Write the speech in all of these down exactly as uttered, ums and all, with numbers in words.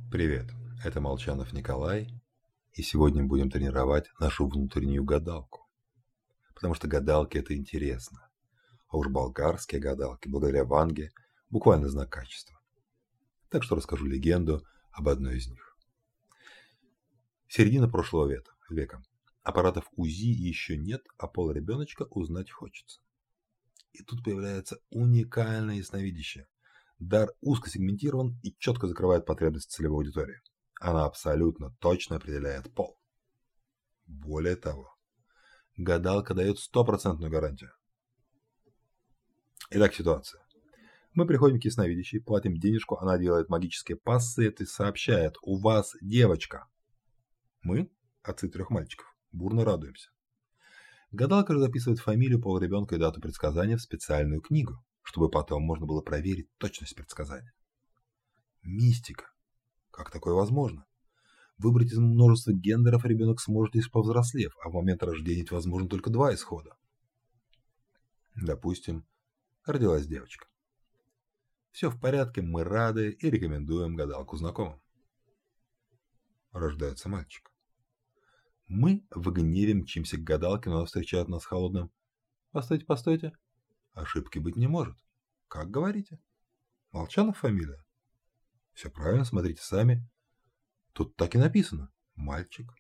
Привет, это Молчанов Николай, и сегодня будем тренировать нашу внутреннюю гадалку. Потому что гадалки – это интересно. А уж болгарские гадалки, благодаря Ванге, буквально знак качества. Так что расскажу легенду об одной из них. Середина прошлого века. Аппаратов УЗИ еще нет, а пол ребеночка узнать хочется. И тут появляется уникальное ясновидящее. Дар узко сегментирован и четко закрывает потребности целевой аудитории. Она абсолютно точно определяет пол. Более того, гадалка дает стопроцентную гарантию. Итак, ситуация. Мы приходим к ясновидящей, платим денежку, она делает магические пассы и сообщает: у вас девочка. Мы, отцы трех мальчиков, бурно радуемся. Гадалка же записывает фамилию, пол ребенка и дату предсказания в специальную книгу, чтобы потом можно было проверить точность предсказания. Мистика. Как такое возможно? Выбрать из множества гендеров ребенок сможет лишь повзрослев, а в момент рождения возможно только два исхода. Допустим, родилась девочка. Все в порядке, мы рады и рекомендуем гадалку знакомым. Рождается мальчик. Мы в гневе мчимся к гадалке, но она встречает нас холодным: «Постойте, постойте, ошибки быть не может. Как говорите? Молчанов фамилия?» «Все правильно, смотрите сами. Тут так и написано. Мальчик».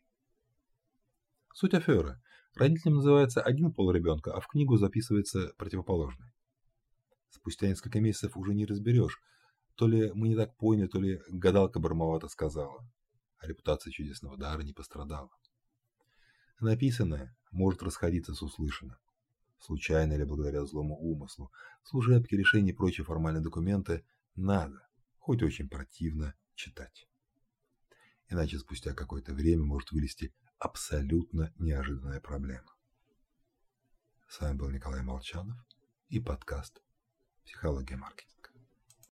Суть аферы. Родителям называется один пол ребенка, а в книгу записывается противоположный. Спустя несколько месяцев уже не разберешь, то ли мы не так поняли, то ли гадалка бормовато сказала, а репутация чудесного дара не пострадала. Написанное может расходиться с услышанным. Случайно или благодаря злому умыслу, служебки, решения и прочие формальные документы надо, хоть очень противно, читать. Иначе спустя какое-то время может вылезти абсолютно неожиданная проблема. С вами был Николай Молчанов и подкаст «Психология маркетинга».